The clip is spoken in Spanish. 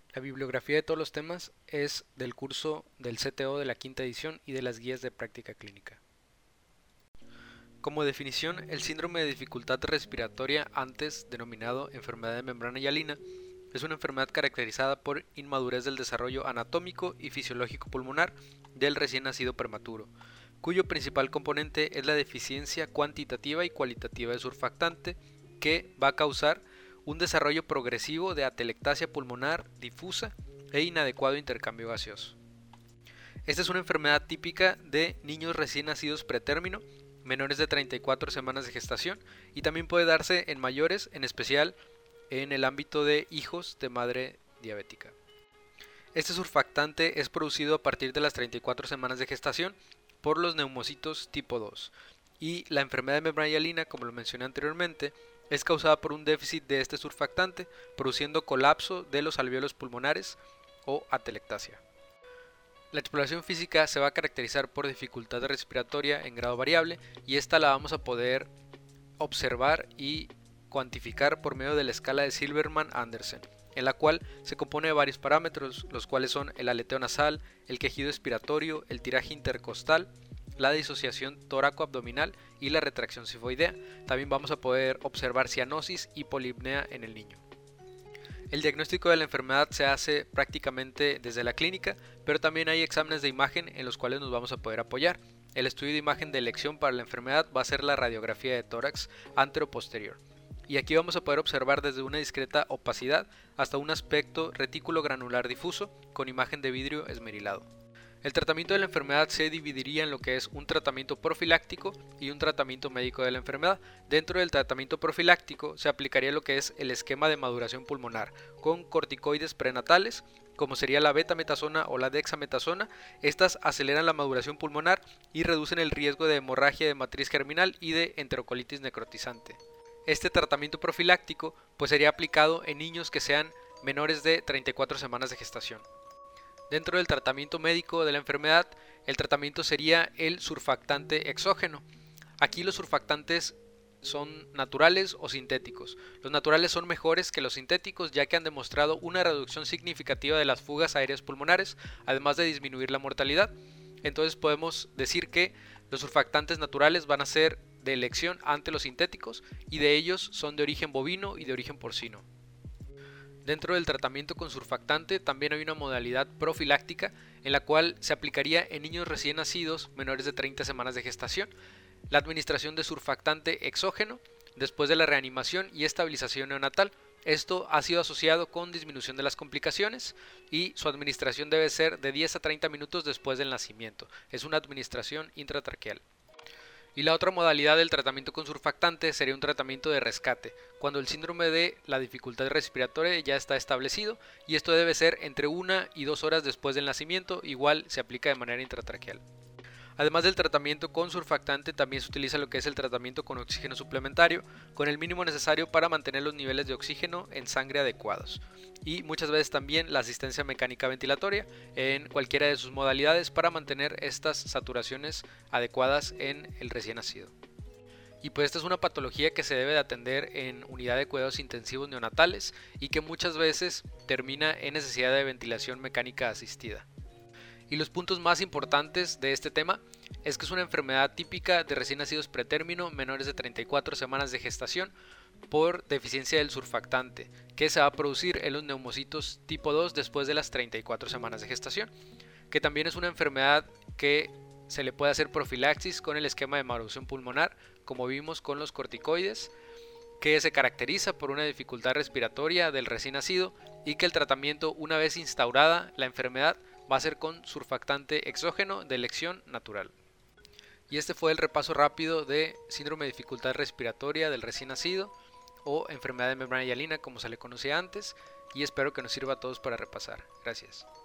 La bibliografía de todos los temas es del curso del CTO de la quinta edición y de las guías de práctica clínica. Como definición, el síndrome de dificultad respiratoria, antes denominado enfermedad de membrana hialina, es una enfermedad caracterizada por inmadurez del desarrollo anatómico y fisiológico pulmonar del recién nacido prematuro, cuyo principal componente es la deficiencia cuantitativa y cualitativa de surfactante, que va a causar un desarrollo progresivo de atelectasia pulmonar difusa e inadecuado intercambio gaseoso. Esta es una enfermedad típica de niños recién nacidos pretérmino, menores de 34 semanas de gestación, y también puede darse en mayores, en especial en el ámbito de hijos de madre diabética. Este surfactante es producido a partir de las 34 semanas de gestación por los neumocitos tipo 2, y la enfermedad de membrana hialina, como lo mencioné anteriormente, es causada por un déficit de este surfactante, produciendo colapso de los alvéolos pulmonares o atelectasia. La exploración física se va a caracterizar por dificultad respiratoria en grado variable, y esta la vamos a poder observar y cuantificar por medio de la escala de Silverman-Andersen, en la cual se compone de varios parámetros, los cuales son el aleteo nasal, el quejido expiratorio, el tiraje intercostal, la disociación tóraco-abdominal y la retracción sifoidea. También vamos a poder observar cianosis y polipnea en el niño. El diagnóstico de la enfermedad se hace prácticamente desde la clínica, pero también hay exámenes de imagen en los cuales nos vamos a poder apoyar. El estudio de imagen de elección para la enfermedad va a ser la radiografía de tórax antero-posterior. Y aquí vamos a poder observar desde una discreta opacidad hasta un aspecto retículo granular difuso con imagen de vidrio esmerilado. El tratamiento de la enfermedad se dividiría en lo que es un tratamiento profiláctico y un tratamiento médico de la enfermedad. Dentro del tratamiento profiláctico se aplicaría lo que es el esquema de maduración pulmonar con corticoides prenatales, como sería la betametasona o la dexametasona. Estas aceleran la maduración pulmonar y reducen el riesgo de hemorragia de matriz germinal y de enterocolitis necrotizante. Este tratamiento profiláctico pues sería aplicado en niños que sean menores de 34 semanas de gestación. Dentro del tratamiento médico de la enfermedad, el tratamiento sería el surfactante exógeno. Aquí los surfactantes son naturales o sintéticos. Los naturales son mejores que los sintéticos, ya que han demostrado una reducción significativa de las fugas aéreas pulmonares, además de disminuir la mortalidad. Entonces podemos decir que los surfactantes naturales van a ser de elección ante los sintéticos, y de ellos son de origen bovino y de origen porcino. Dentro del tratamiento con surfactante también hay una modalidad profiláctica, en la cual se aplicaría en niños recién nacidos menores de 30 semanas de gestación la administración de surfactante exógeno después de la reanimación y estabilización neonatal. Esto ha sido asociado con disminución de las complicaciones, y su administración debe ser de 10 a 30 minutos después del nacimiento. Es una administración intratraqueal. Y la otra modalidad del tratamiento con surfactante sería un tratamiento de rescate, cuando el síndrome de la dificultad respiratoria ya está establecido, y esto debe ser entre 1 y 2 horas después del nacimiento. Igual se aplica de manera intratraqueal. Además del tratamiento con surfactante, también se utiliza lo que es el tratamiento con oxígeno suplementario, con el mínimo necesario para mantener los niveles de oxígeno en sangre adecuados. Y muchas veces también la asistencia mecánica ventilatoria en cualquiera de sus modalidades para mantener estas saturaciones adecuadas en el recién nacido. Y pues esta es una patología que se debe de atender en unidad de cuidados intensivos neonatales, y que muchas veces termina en necesidad de ventilación mecánica asistida. Y los puntos más importantes de este tema es que es una enfermedad típica de recién nacidos pretérmino menores de 34 semanas de gestación por deficiencia del surfactante, que se va a producir en los neumocitos tipo 2 después de las 34 semanas de gestación, que también es una enfermedad que se le puede hacer profilaxis con el esquema de maduración pulmonar, como vimos con los corticoides, que se caracteriza por una dificultad respiratoria del recién nacido, y que el tratamiento, una vez instaurada la enfermedad, va a ser con surfactante exógeno de elección natural. Y este fue el repaso rápido de síndrome de dificultad respiratoria del recién nacido, o enfermedad de membrana hialina como se le conocía antes, y espero que nos sirva a todos para repasar. Gracias.